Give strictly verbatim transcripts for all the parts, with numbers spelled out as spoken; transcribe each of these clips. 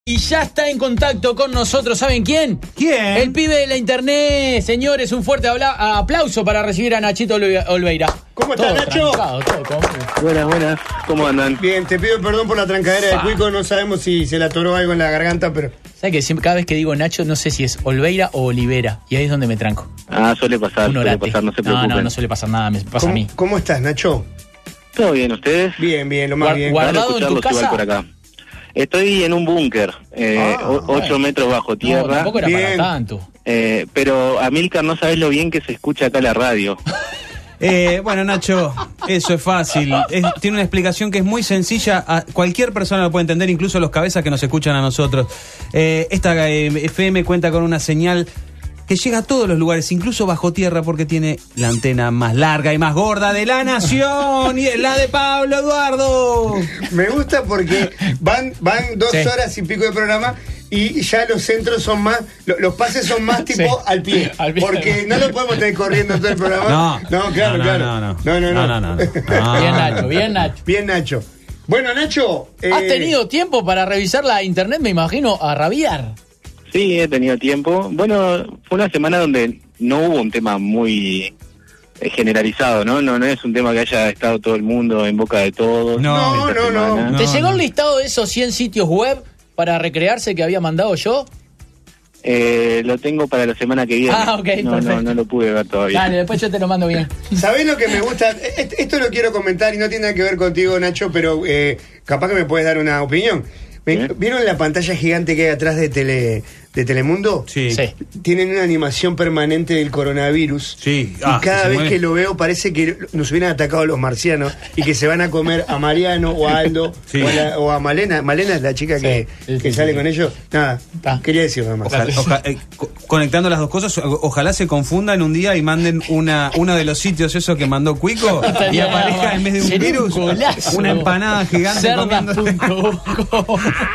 Y ya está en contacto con nosotros, ¿saben quién? ¿Quién? El pibe de la internet, señores, un fuerte habla- aplauso para recibir a Nachito Olve- Olveira. ¿Cómo estás, Todo Nacho? trancado, todo como- Buenas, buenas. ¿Cómo andan? Bien, te pido perdón por la trancadera de Cuico, no sabemos si se le atoró algo en la garganta, pero... ¿Sabes que siempre, cada vez que digo Nacho, no sé si es Olveira o Olivera? Y ahí es donde me tranco. Ah, suele pasar, Un suele orate. pasar, no se no, preocupen. no, no suele pasar nada, me pasa a ¿Cómo, mí. ¿Cómo estás, Nacho? ¿Todo bien, ustedes? Bien, bien, lo más Guar- bien. guarda- Bueno, ¿Guardado en tu escucharlos igual casa? por acá. Estoy en un búnker, eh, Ah, o- ocho bueno. metros bajo No, tierra. tampoco era Bien. para tanto. eh, pero, Amílcar, no sabes lo bien que se escucha acá la radio. Eh, bueno, Nacho, eso es fácil. Es- tiene una explicación que es muy sencilla. A cualquier persona lo puede entender, incluso los cabezas que nos escuchan a nosotros. Eh, esta eh, F M cuenta con una señal que llega a todos los lugares, incluso bajo tierra, porque tiene la antena más larga y más gorda de la nación, y es la de Pablo Eduardo. Me gusta porque van, van dos Sí. horas y pico de programa y ya los centros son más, lo- los pases son más tipo Sí. al pie. Al pie. Porque no lo podemos tener corriendo todo el programa. No, no, claro, no, claro. no, no. no, no, No, no, no, no. No. Bien, Nacho, bien, Nacho. Bien, Nacho. Bueno, Nacho. ¿Has eh, tenido tiempo para revisar la internet, me imagino, a rabiar? Sí, he tenido tiempo. Bueno, fue una semana donde no hubo un tema muy eh, generalizado, ¿no? ¿no? No es un tema que haya estado todo el mundo en boca de todos. No, esta no, no. semana. ¿Te No, llegó no. el listado de esos cien sitios web para recrearse que había mandado yo? Eh, lo tengo para la semana que viene. Ah, ok, no, perfecto. no, no lo pude ver todavía. Dale, después yo te lo mando bien. ¿Sabés lo que me gusta? Est- Esto lo quiero comentar y no tiene nada que ver contigo, Nacho, pero eh, capaz que me puedes dar una opinión. Me- ¿Eh? ¿Vieron la pantalla gigante que hay atrás de, tele, de Telemundo? Sí. Sí. Tienen una animación permanente del coronavirus. Sí. Y Ah, cada se vez mueve. que lo veo parece que nos hubieran atacado los marcianos y que se van a comer a Mariano o a Aldo Sí. o, a la- o a Malena. Malena es la chica que, Sí, sí, que sí, sale sí. con ellos. Nada, Ah. quería decir nada más. Ojalá- oja- eh, co- conectando las dos cosas, o- ojalá se confundan un día y manden una uno de los sitios esos que mandó Cuico y Estaría aparezca bueno. en vez de un Sería un virus golazo. una empanada gigante comiendo. Cerdas punto com.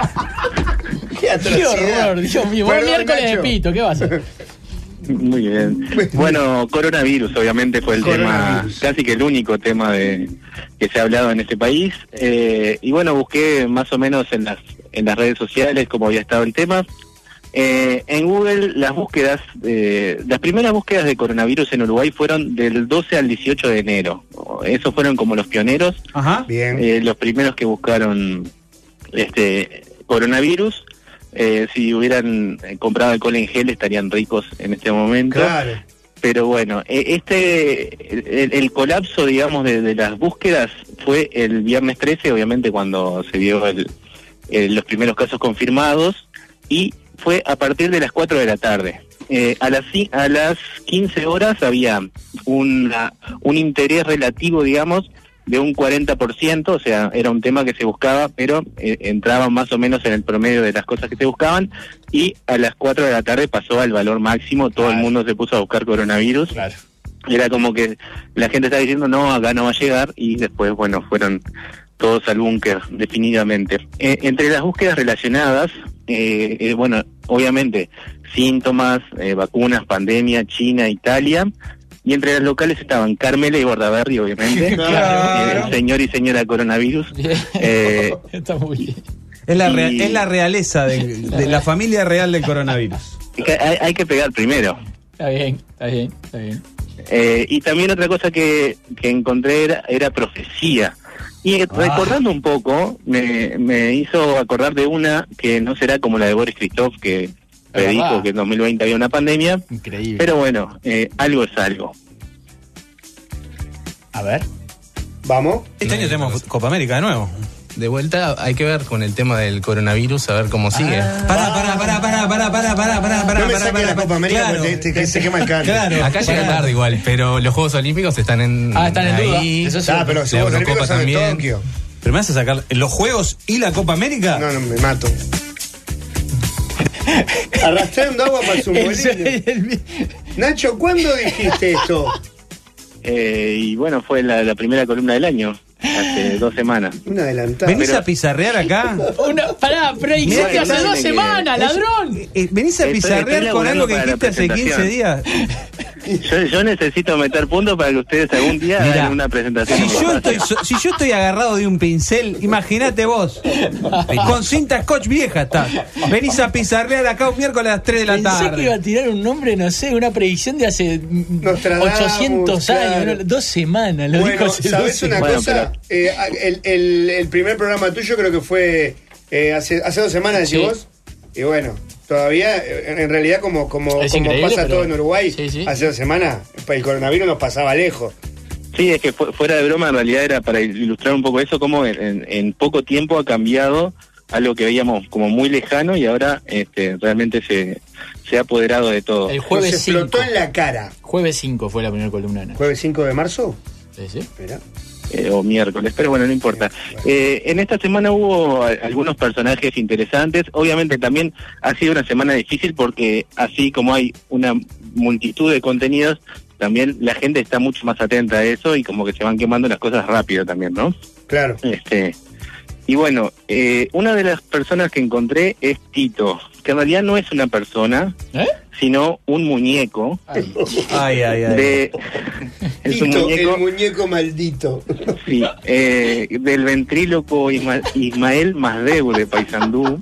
Qué Qué atrocidad. horror, Dios mío. Buen Perdón, miércoles de Nacho. pito, ¿qué va a hacer? Muy bien. Bueno, coronavirus obviamente fue el Coronavirus. tema, casi que el único tema de que se ha hablado en este país. Eh, y bueno, busqué más o menos en las en las redes sociales cómo había estado el tema. Eh, en Google las búsquedas, eh, las primeras búsquedas de coronavirus en Uruguay fueron del doce al dieciocho de enero. Esos fueron como los pioneros, Ajá. Bien. eh, los primeros que buscaron este coronavirus. Eh, si hubieran eh, comprado alcohol en gel estarían ricos en este momento. Claro. Pero bueno, eh, este el, el colapso, digamos, de, de las búsquedas fue el viernes trece, obviamente, cuando se vio el, el- los primeros casos confirmados, y fue a partir de las cuatro de la tarde. Eh, a las ci- a las quince horas había una, un interés relativo, digamos, de un cuarenta por ciento, o sea, era un tema que se buscaba, pero eh, entraba más o menos en el promedio de las cosas que se buscaban, y a las cuatro de la tarde pasó al valor máximo, todo el Claro. mundo se puso a buscar coronavirus, Claro. era como que la gente estaba diciendo, no, acá no va a llegar, y después, bueno, fueron todos al búnker, definitivamente. Eh, entre las búsquedas relacionadas, eh, eh, bueno, obviamente, síntomas, eh, vacunas, pandemia, China, Italia, y entre las locales estaban Carmela y Bordaberry, obviamente, Claro. eh, el señor y señora coronavirus. Eh, Está muy bien. Es la, rea- Y- es la realeza de, de la familia real del coronavirus. que hay, hay que pegar primero. Está bien, está bien, está bien. Eh, y también otra cosa que, que encontré era, era profecía. Y eh, Ah. recordando un poco, me, me hizo acordar de una que no será como la de Boris Christoph, que predijo verdad. que en dos mil veinte había una pandemia. Increíble. Pero bueno, eh, algo es algo. A ver. Vamos. Este año tenemos Copa América de nuevo. De vuelta hay que ver con el tema del coronavirus, a ver cómo sigue. Pará, pará, pará, pará, pará, pará, pará, pará, pará, No me pará, saques pará, la Copa América claro. porque te- te- se quema el carne. Claro. Acá llega Pará. tarde igual, pero los Juegos Olímpicos están en Ah, están en duda. ahí. Eso sí. Ah, pero los La Juegos Eurocopa Olímpicos son en también. Tokio. Pero me vas a sacar los Juegos y la Copa América. No, no, me mato. Arrastrando agua para su molino. El- Nacho, ¿cuándo dijiste esto? Eh, y bueno, fue la, la primera columna del año, hace dos semanas. Un adelantado. ¿Venís pero- a pizarrear acá? Una, pará, pero dijiste Bueno, hace dale dos que- semanas, ladrón. Eh, ¿Venís a Estoy- pizarrear estoy con algo que laburando dijiste para la hace quince días? Yo, yo necesito meter puntos para que ustedes algún día Mirá, hagan una presentación. Si yo, estoy, so- si yo estoy agarrado de un pincel, imagínate vos. Con cinta scotch vieja está. Venís a pizarrear acá un miércoles a las tres de la Pensé tarde. que iba a tirar un nombre, no sé, una predicción de hace mm, Nostradamus, ochocientos años, claro. ¿no? dos semanas. Lo dijo Bueno, hace ¿sabés dos una semanas. cosa? Eh, el, el, el primer programa tuyo creo que fue eh, hace, hace dos semanas, decís Sí. vos. Y bueno, todavía, en, en realidad, como, como, Es como increíble, pasa pero- todo en Uruguay, Sí, sí. hace dos semanas, el coronavirus nos pasaba lejos. Sí, es que fu- fuera de broma, en realidad era para ilustrar un poco eso, como en, en- en poco tiempo ha cambiado algo que veíamos como muy lejano y ahora este, realmente se, se ha apoderado de todo. El Nos jueves cinco. explotó en la cara. Jueves cinco fue la primera columna. ¿no? ¿Jueves cinco de marzo? Sí, sí. Espera. Eh, o miércoles, pero bueno, no importa. Eh, en esta semana hubo a- algunos personajes interesantes. Obviamente también ha sido una semana difícil porque así como hay una multitud de contenidos, también la gente está mucho más atenta a eso y como que se van quemando las cosas rápido también, ¿no? Claro. Este, y bueno, eh, una de las personas que encontré es Tito, que en realidad no es una persona, ¿Eh? sino un muñeco. Ay. Ay, ay, ay. De, es un Tito, muñeco, el muñeco maldito. sí, eh, del ventríloco Isma- Ismael Masdeu de Paysandú.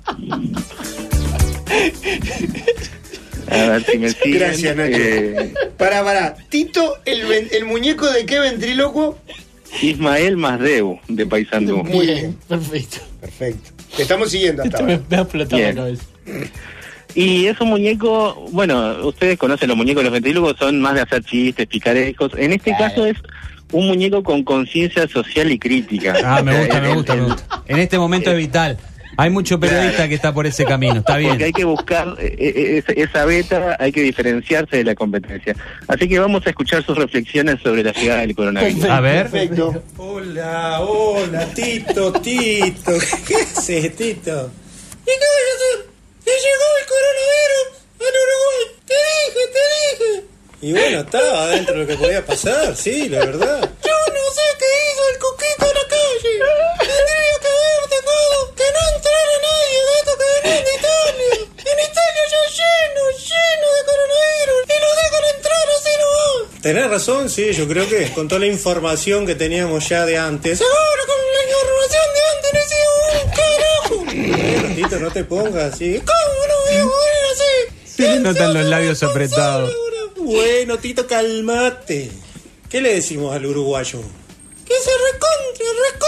A ver si me siguen. Gracias, Nacho. Eh, Pará, pará. Tito, el, ven- el muñeco de qué ventrílocuo? Ismael Masdeu de Paysandú. Muy Bien, bien. perfecto. Perfecto. Te estamos siguiendo hasta Esto me, ahora. me ha explotado la Bien. cabeza. Y es un muñeco, bueno, ustedes conocen los muñecos, los ventrílocos son más de hacer chistes, picarescos. En este Claro. caso es un muñeco con conciencia social y crítica. Ah, me O sea, gusta, me el- gusta, me el- gusta. En este momento es vital. Hay mucho periodista que está por ese camino. Está bien. Porque hay que buscar eh, eh, esa- esa beta, hay que diferenciarse de la competencia. Así que vamos a escuchar sus reflexiones sobre la llegada del coronavirus. A ver. Perfecto. Hola, hola, Tito, Tito. ¿Qué haces, Tito? ¿Y qué voy a hacer? ¡Ya llegó el coronavirus en Uruguay! ¡Te dije, te dije! Y bueno, estaba dentro de lo que podía pasar, sí, la verdad. Yo no sé qué hizo el coquito en la calle. Tendría que haber dejado que no entrara nadie de estos que venían de Italia. En Italia ya lleno, lleno de coronavirus. Y lo dejan entrar así nomás. Tenés razón, sí, yo creo que con toda la información que teníamos ya de antes. Ahora con la información de antes no hicimos un carajo. Bueno, Tito, no te pongas así. ¿Cómo no voy a poner así? Se le notan los labios apretados. Bueno, Tito, calmate. ¿Qué le decimos al uruguayo? Que se recontra,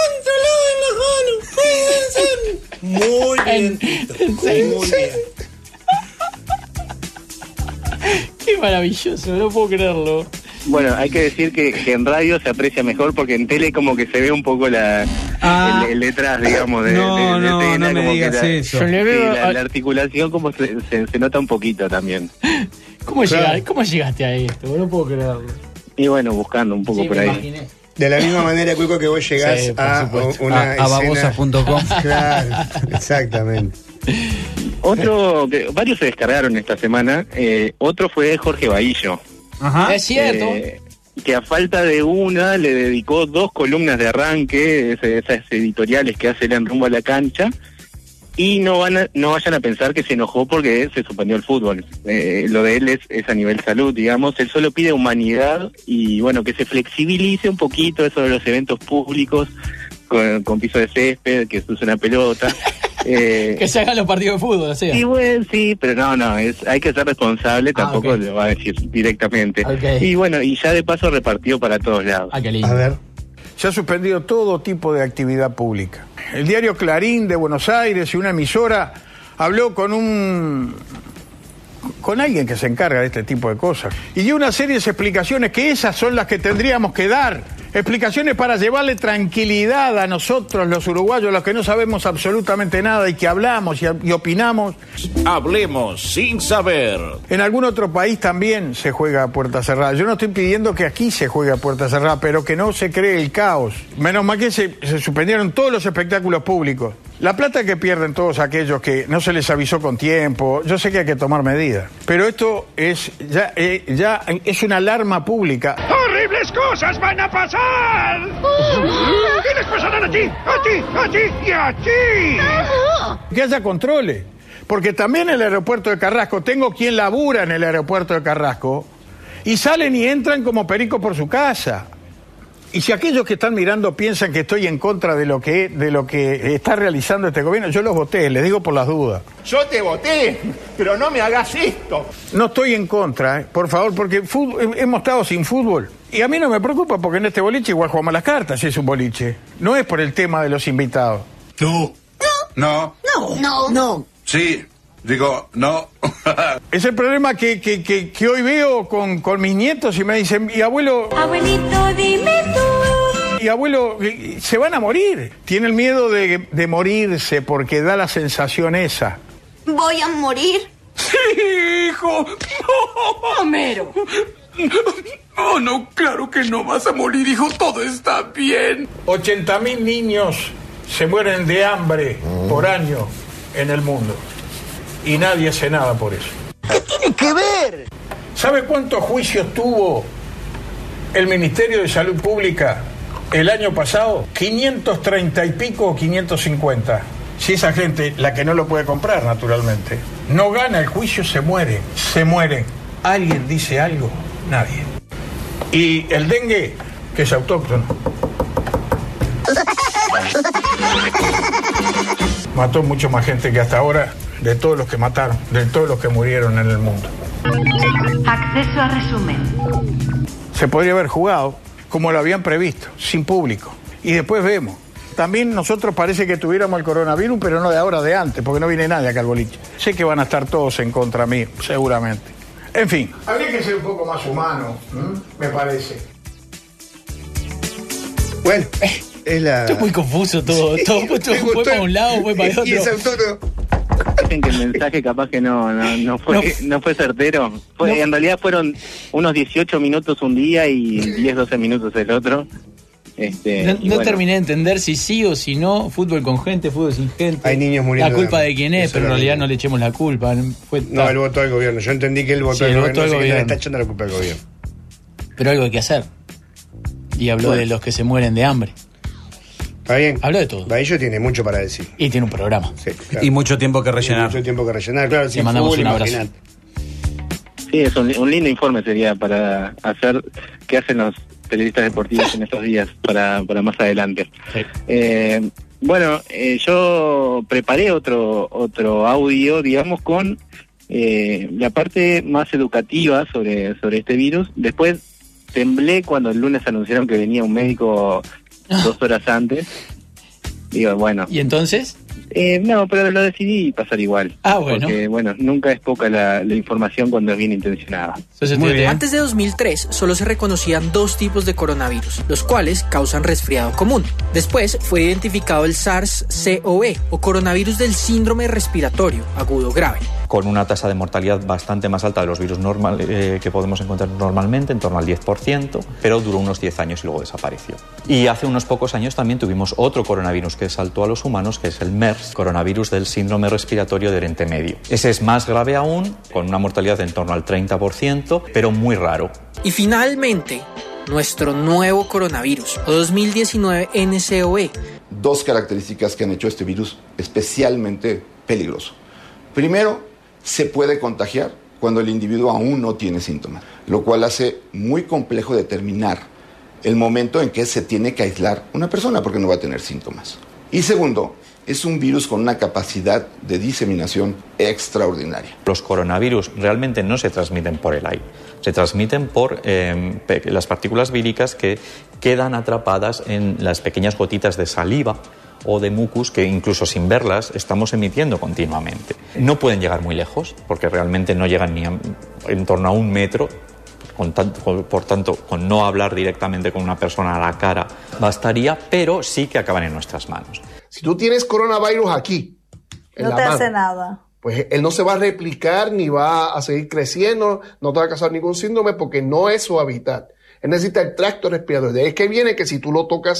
recontra laven las manos. Cuídense. Muy bien, Tito. Muy bien. Qué maravilloso, no puedo creerlo. Bueno, hay que decir que, que en radio se aprecia mejor porque en tele como que se ve un poco la Ah. el, el detrás, digamos, de, No, de- de no, escena, no me como que digas la- eso. Yo le sí, veo la, a- la articulación como se, se, se nota un poquito también. ¿Cómo, Claro. llegaste, ¿Cómo llegaste a esto? No puedo creerlo. Y bueno, buscando un poco Sí, por me ahí. imaginé. De la misma manera, Cuico, que vos llegás Sí, por a supuesto. una A- a escena- babosas punto com. Claro, exactamente. Otro, que varios se descargaron esta semana, eh, otro fue Jorge Bahillo. Ajá. Es cierto. Eh, que a falta de una le dedicó dos columnas de arranque, ese- esas editoriales que hace él en Rumbo a la Cancha, y no van a, no vayan a pensar que se enojó porque se suspendió el fútbol. Eh, lo de él es, es a nivel salud, digamos. Él solo pide humanidad y bueno, que se flexibilice un poquito eso de los eventos públicos con, con piso de césped, que se use una pelota. Eh, Que se hagan los partidos de fútbol, o sea. Sí, bueno, sí, pero no, no, es, hay que ser responsable, Ah, tampoco ok. lo va a decir directamente. Ok. Y bueno, y ya de paso repartió para todos lados. Ah, qué lindo. A ver. Se ha suspendido todo tipo de actividad pública. El diario Clarín de Buenos Aires y una emisora habló con un con alguien que se encarga de este tipo de cosas y dio una serie de explicaciones que esas son las que tendríamos que dar. Explicaciones para llevarle tranquilidad a nosotros los uruguayos, los que no sabemos absolutamente nada y que hablamos y, y opinamos. Hablemos sin saber. En algún otro país también se juega a puerta cerrada. Yo no estoy pidiendo que aquí se juegue a puerta cerrada, pero que no se cree el caos. Menos mal que se, se suspendieron todos los espectáculos públicos. La plata que pierden todos aquellos que no se les avisó con tiempo, yo sé que hay que tomar medidas. Pero esto es ya, eh, ya es una alarma pública. ¡Horribles cosas van a pasar! ¿Qué les pasarán a ti? ¡A ti! ¡A ti! ¡Y a ti! Que haya controles. Porque también en el aeropuerto de Carrasco, tengo quien labura en el aeropuerto de Carrasco, Y salen y entran como pericos por su casa. Y si aquellos que están mirando piensan que estoy en contra de lo que, de lo que está realizando este gobierno, yo los voté, les digo por las dudas. Yo te voté, pero no me hagas esto. No estoy en contra, eh, por favor, porque fútbol, hemos estado sin fútbol. Y a mí no me preocupa porque en este boliche igual jugamos las cartas, si es un boliche. No es por el tema de los invitados. ¿Tú? No. No. No. No. Sí. Digo, no. Es el problema que, que, que, que hoy veo con, con mis nietos y me dicen, y abuelo... Abuelito, dime tú. Y abuelo, se van a morir. Tiene el miedo de, de morirse porque da la sensación esa. ¿Voy a morir? Sí, hijo. No. Homero. Oh, no, claro que no vas a morir, hijo. Todo está bien. ochenta mil niños se mueren de hambre por año en el mundo. Y nadie hace nada por eso. ¿Qué tiene que ver? ¿Sabe cuántos juicios tuvo el Ministerio de Salud Pública el año pasado? quinientos treinta y pico o quinientos cincuenta. Si esa gente, la que no lo puede comprar naturalmente, no gana el juicio, se muere, se muere. ¿Alguien dice algo? Nadie. Y el dengue, que es autóctono, mató mucho más gente que hasta ahora, de todos los que mataron, de todos los que murieron en el mundo. Acceso a resumen. Se podría haber jugado como lo habían previsto, sin público. Y después vemos. También nosotros parece que tuviéramos el coronavirus, pero no de ahora, de antes, porque no viene nadie acá al boliche. Sé que van a estar todos en contra mío, seguramente. En fin. Habría que ser un poco más humano, ¿m? me parece. Bueno, es la... Esto es muy confuso todo. Sí, todo, todo fue para un lado, fue para el otro. Y es autónomo. Dicen que el mensaje capaz que no no, no fue no, no fue certero. Fue, no. En realidad fueron unos dieciocho minutos un día y diez, doce minutos el otro. Este, no no bueno. terminé de entender si sí o si no, fútbol con gente, fútbol sin gente. Hay niños muriendo. La culpa de, de quién es, pero en realidad no le echemos la culpa. Fue no, él votó al gobierno. Yo entendí que él votó sí, al gobierno, votó al no sé gobierno. Que le está echando la culpa al gobierno. Pero algo hay que hacer. Y habló bueno. de los que se mueren de hambre. Está bien. Habló de todo. Baillo tiene mucho para decir. Y tiene un programa. Sí, claro. Y mucho tiempo que rellenar. Y mucho tiempo que rellenar, claro. Le mandamos fútbol, un abrazo. Imaginate. Sí, es un, un lindo informe sería para hacer qué hacen los periodistas deportivos en estos días para, para más adelante. Sí. Eh, bueno, eh, yo preparé otro otro audio, digamos, con eh, la parte más educativa sobre, sobre este virus. Después temblé cuando el lunes anunciaron que venía un médico dos horas antes. Digo, bueno. ¿Y entonces? Eh, no, pero lo decidí pasar igual. Ah, bueno. Porque, bueno, nunca es poca la, la información cuando es bien intencionada. Muy bien. Antes de dos mil tres, solo se reconocían dos tipos de coronavirus, los cuales causan resfriado común. Después fue identificado el SARS-C o V, o coronavirus del síndrome respiratorio agudo grave. Con una tasa de mortalidad bastante más alta de los virus normal, eh, que podemos encontrar normalmente, en torno al diez por ciento, pero duró unos diez años y luego desapareció. Y hace unos pocos años también tuvimos otro coronavirus que saltó a los humanos, que es el MERS, coronavirus del síndrome respiratorio de Oriente Medio. Ese es más grave aún, con una mortalidad en torno al treinta por ciento, pero muy raro. Y finalmente, nuestro nuevo coronavirus, o dos mil diecinueve N C O V. Dos características que han hecho este virus especialmente peligroso. Primero, se puede contagiar cuando el individuo aún no tiene síntomas, lo cual hace muy complejo determinar el momento en que se tiene que aislar una persona porque no va a tener síntomas. Y segundo, es un virus con una capacidad de diseminación extraordinaria. Los coronavirus realmente no se transmiten por el aire, se transmiten por eh, las partículas víricas que quedan atrapadas en las pequeñas gotitas de saliva o de mucus que incluso sin verlas estamos emitiendo continuamente. No pueden llegar muy lejos porque realmente no llegan ni a, en torno a un metro. Con tanto, por tanto, con no hablar directamente con una persona a la cara bastaría, pero sí que acaban en nuestras manos. Si tú tienes coronavirus aquí, en no la te mano, hace nada. Pues él no se va a replicar ni va a seguir creciendo, no te va a causar ningún síndrome porque no es su hábitat. Él necesita el tracto respiratorio. De ahí es que viene que si tú lo tocas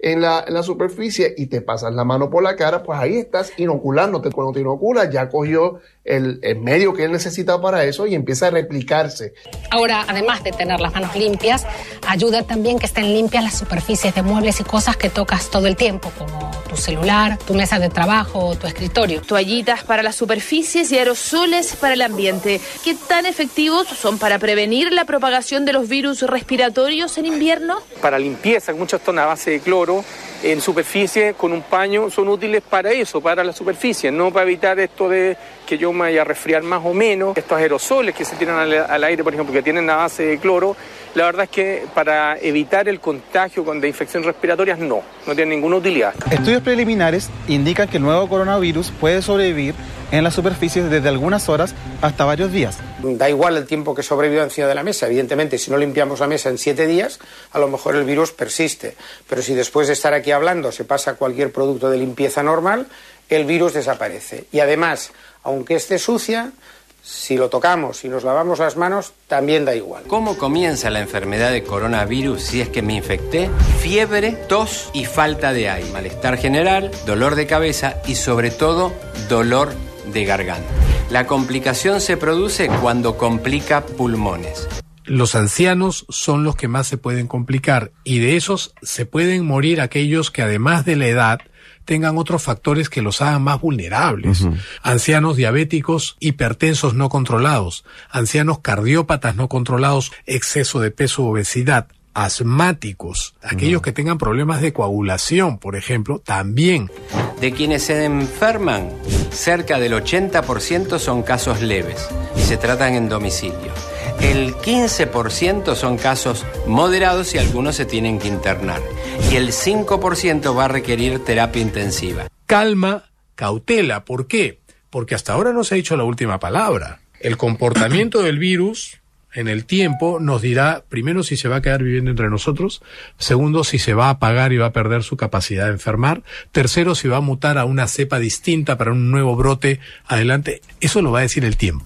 en la, en la superficie y te pasas la mano por la cara, pues ahí estás inoculándote. Cuando te inoculas, ya cogió el, el medio que él necesita para eso y empieza a replicarse. Ahora, además de tener las manos limpias, ayuda también que estén limpias las superficies de muebles y cosas que tocas todo el tiempo, como tu celular, tu mesa de trabajo, tu escritorio. Toallitas para las superficies y aerosoles para el ambiente. ¿Qué tan efectivos son para prevenir la propagación de los virus respiratorios en invierno? Para limpieza, muchos están a base de cloro. En superficie, con un paño, son útiles para eso, para la superficie, no para evitar esto de que yo me vaya a resfriar más o menos. Estos aerosoles que se tiran al, al aire, por ejemplo, que tienen a base de cloro, la verdad es que para evitar el contagio con de infecciones respiratorias, no, no tienen ninguna utilidad. Estudios preliminares indican que el nuevo coronavirus puede sobrevivir en las superficies desde algunas horas hasta varios días. Da igual el tiempo que sobreviva encima de la mesa. Evidentemente, si no limpiamos la mesa en siete días, a lo mejor el virus persiste. Pero si después de estar aquí hablando se pasa a cualquier producto de limpieza normal, el virus desaparece. Y además, aunque esté sucia, si lo tocamos y nos lavamos las manos, también da igual. ¿Cómo comienza la enfermedad de coronavirus si es que me infecté? Fiebre, tos y falta de aire. Malestar general, dolor de cabeza y sobre todo dolor de garganta. La complicación se produce cuando complica pulmones. Los ancianos son los que más se pueden complicar y de esos se pueden morir aquellos que además de la edad tengan otros factores que los hagan más vulnerables. Uh-huh. Ancianos diabéticos, hipertensos no controlados, ancianos cardiópatas no controlados, exceso de peso, obesidad, asmáticos, aquellos uh-huh. que tengan problemas de coagulación, por ejemplo, también. De quienes se enferman, cerca del ochenta por ciento son casos leves y se tratan en domicilio. El quince por ciento son casos moderados y algunos se tienen que internar. Y el cinco por ciento va a requerir terapia intensiva. Calma, cautela. ¿Por qué? Porque hasta ahora no se ha dicho la última palabra. El comportamiento del virus en el tiempo nos dirá, primero, si se va a quedar viviendo entre nosotros, segundo, si se va a apagar y va a perder su capacidad de enfermar, tercero, si va a mutar a una cepa distinta para un nuevo brote adelante. Eso lo va a decir el tiempo.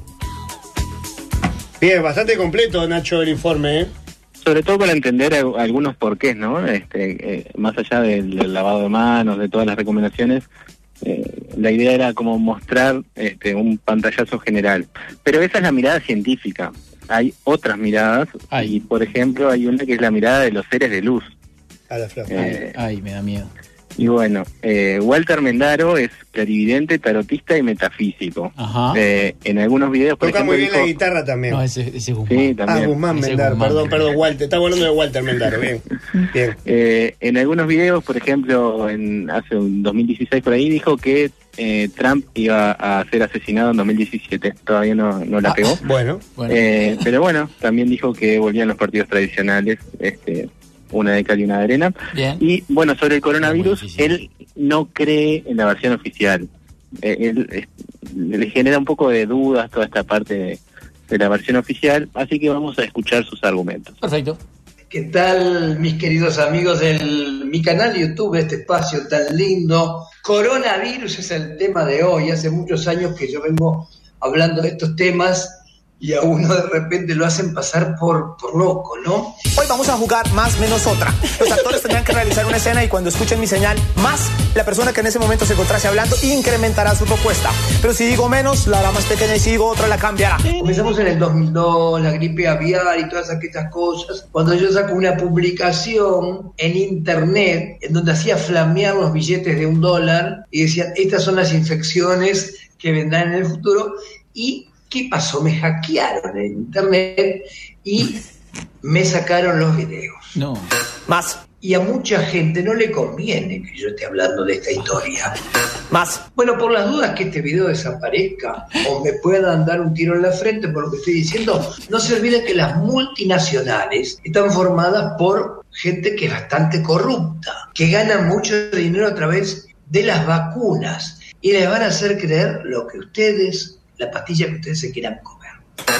Bien, bastante completo, Nacho, el informe, ¿eh? Sobre todo para entender algunos porqués, ¿no? Este, eh, más allá del, del lavado de manos, de todas las recomendaciones, eh, la idea era como mostrar este, un pantallazo general. Pero esa es la mirada científica. Hay otras miradas, ay. y por ejemplo hay una que es la mirada de los seres de luz. A la flor. Eh, ay, ay, me da miedo. Y bueno, eh, Walter Mendaro es clarividente, tarotista y metafísico. Ajá. Eh, en algunos videos, por Toca ejemplo, muy bien dijo, la guitarra también. No, ese, ese es Guzmán. Sí, también. Ah, Guzmán Ese Mendaro, Guzmán. perdón, perdón, Walter. Estaba hablando de Walter Mendaro, bien. bien. Eh, en algunos videos, por ejemplo, en hace un dos mil dieciséis por ahí, dijo que eh, Trump iba a ser asesinado en dos mil diecisiete. Todavía no, no la pegó. Ah, bueno. bueno. Eh, pero bueno, también dijo que volvían los partidos tradicionales, este, una de cal y una de arena. Bien. Y bueno, sobre el coronavirus, él no cree en la versión oficial. Eh, él eh, le genera un poco de dudas toda esta parte de, de la versión oficial, así que vamos a escuchar sus argumentos. Perfecto. ¿Qué tal, mis queridos amigos de mi canal de YouTube, este espacio tan lindo? Coronavirus es el tema de hoy. Hace muchos años que yo vengo hablando de estos temas y a uno de repente lo hacen pasar por, por loco, ¿no? Hoy vamos a jugar más menos otra. Los actores tendrán que realizar una escena y cuando escuchen mi señal, más la persona que en ese momento se encontrase hablando incrementará su propuesta. Pero si digo menos, la hará más pequeña y si digo otra, la cambiará. Comenzamos en el dos mil dos, la gripe aviar y todas aquellas cosas. Cuando yo saco una publicación en internet en donde hacía flamear los billetes de un dólar y decían, estas son las infecciones que vendrán en el futuro. Y ¿qué pasó? Me hackearon en internet y me sacaron los videos. No. Más. Y a mucha gente no le conviene que yo esté hablando de esta historia. Más. Bueno, por las dudas que este video desaparezca o me puedan dar un tiro en la frente por lo que estoy diciendo, no se olviden que las multinacionales están formadas por gente que es bastante corrupta, que gana mucho dinero a través de las vacunas y les van a hacer creer lo que ustedes, la pastilla que ustedes se quieran comer.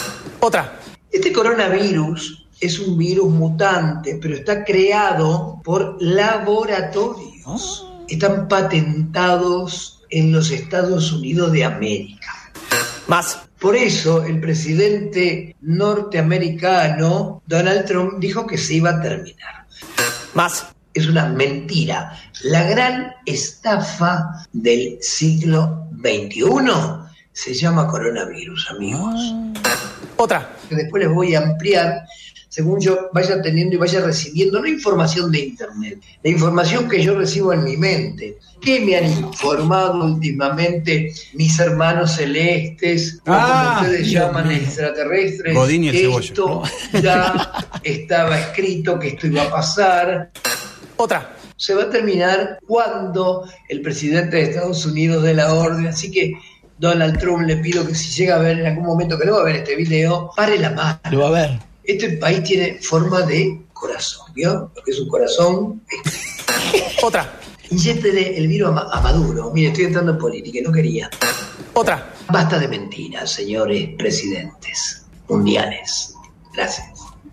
Otra. Este coronavirus es un virus mutante, pero está creado por laboratorios. Oh. Están patentados en los Estados Unidos de América. Más. Por eso el presidente norteamericano Donald Trump dijo que se iba a terminar. Más. es una mentira. La gran estafa del siglo veintiuno se llama coronavirus, amigos. Otra. Después les voy a ampliar según yo vaya teniendo y vaya recibiendo, no información de internet, la información que yo recibo en mi mente. ¿Qué me han informado últimamente mis hermanos celestes, Ah, como ustedes Dios llaman mío. extraterrestres? Godín y el Que cebolla, esto ya estaba escrito, que esto iba a pasar. Otra. Se va a terminar cuando el presidente de Estados Unidos dé la orden, así que Donald Trump le pido que si llega a ver en algún momento, que no va a ver este video, pare la mano. Lo va a ver. Este país tiene forma de corazón, ¿vio? Lo que es un corazón. Otra. Inyéctele el virus a, Ma- a Maduro. Mire, estoy entrando en política, no quería. Otra. Basta de mentiras, señores presidentes mundiales. Gracias.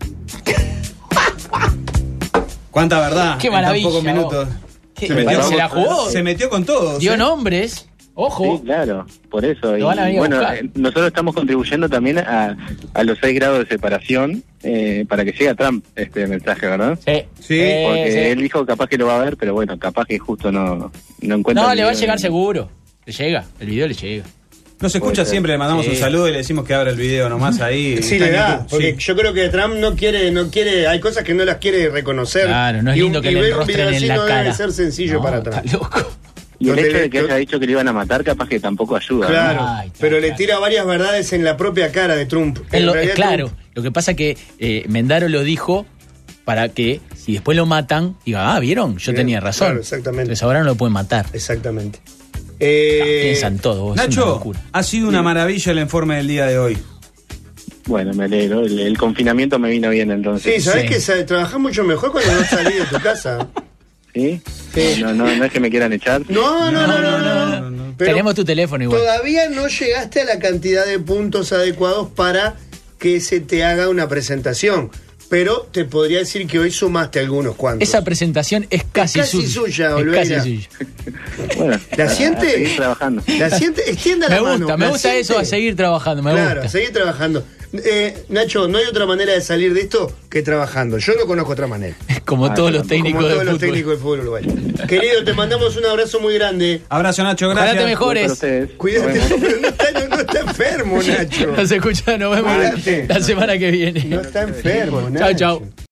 Cuánta verdad. Qué en tan maravilla, pocos minutos. ¿Qué? Se metió, ¿Se la jugó? Se metió con todo. Dio ¿sí? nombres. Ojo. Sí, claro, por eso. Lo Y, van a venir a bueno, buscar. eh, nosotros estamos contribuyendo también a, a los seis grados de separación eh, para que llegue a Trump este mensaje, ¿verdad? Sí. Sí. Porque sí. él dijo capaz que lo va a ver, pero bueno, capaz que justo no, no encuentra. No, el le va a video llegar en- seguro. Le llega. El video le llega. Nos escucha Puede ser. siempre, le mandamos Sí. un saludo y le decimos que abra el video nomás ahí. Sí, Está le en da, YouTube. porque Sí. yo creo que Trump no quiere, no quiere, hay cosas que no las quiere reconocer. Claro, no es Y un- lindo que y le ver un enrostren video en así la no cara. debe ser sencillo No, para está Trump. loco. Y el Donde hecho le- de que haya dicho que le iban a matar, capaz que tampoco ayuda. ¿no? Claro, Ay, está pero le claro. tira varias verdades en la propia cara de Trump. En En lo- realidad claro, Trump- lo que pasa es que eh, Mendaro lo dijo para que si después lo matan, diga, ah, ¿vieron? Yo Bien, tenía razón. claro, exactamente. Entonces ahora no lo pueden matar. Exactamente. Eh, Piensan todo. vos, es una Nacho, locura. ha sido una maravilla el informe del día de hoy. Bueno, me alegro. El, el confinamiento me vino bien entonces. Sí, sabes Sí. que sa- trabajás mucho mejor cuando no salís de tu casa. ¿Sí? Sí. No, no, no es que me quieran echar. No, no, no, no, no. no. Pero Tenemos tu teléfono igual. todavía no llegaste a la cantidad de puntos adecuados para que se te haga una presentación. Pero te podría decir que hoy sumaste algunos cuantos. Esa presentación es casi, casi suya. suya, Es Olveira. casi suya. Bueno, ¿La a- a siente? seguir trabajando. ¿La siente? Extienda Me la mano. gusta, me ¿La gusta siente? eso, a seguir trabajando, me Claro, gusta. seguir trabajando. Eh, Nacho, no hay otra manera de salir de esto que trabajando. Yo no conozco otra manera. Como Ah, todos los como técnicos Como de todos los fútbol. técnicos del fútbol uruguayo. Querido, te mandamos un abrazo muy grande. Abrazo, Nacho, Ojalá gracias. te mejores. Para ustedes. Cuídate, Nos vemos. pero no está, no, no está enfermo, Nacho. Nos escucha, nos vemos Cuídate. la semana que viene. No está enfermo, Chao, Nacho. chao.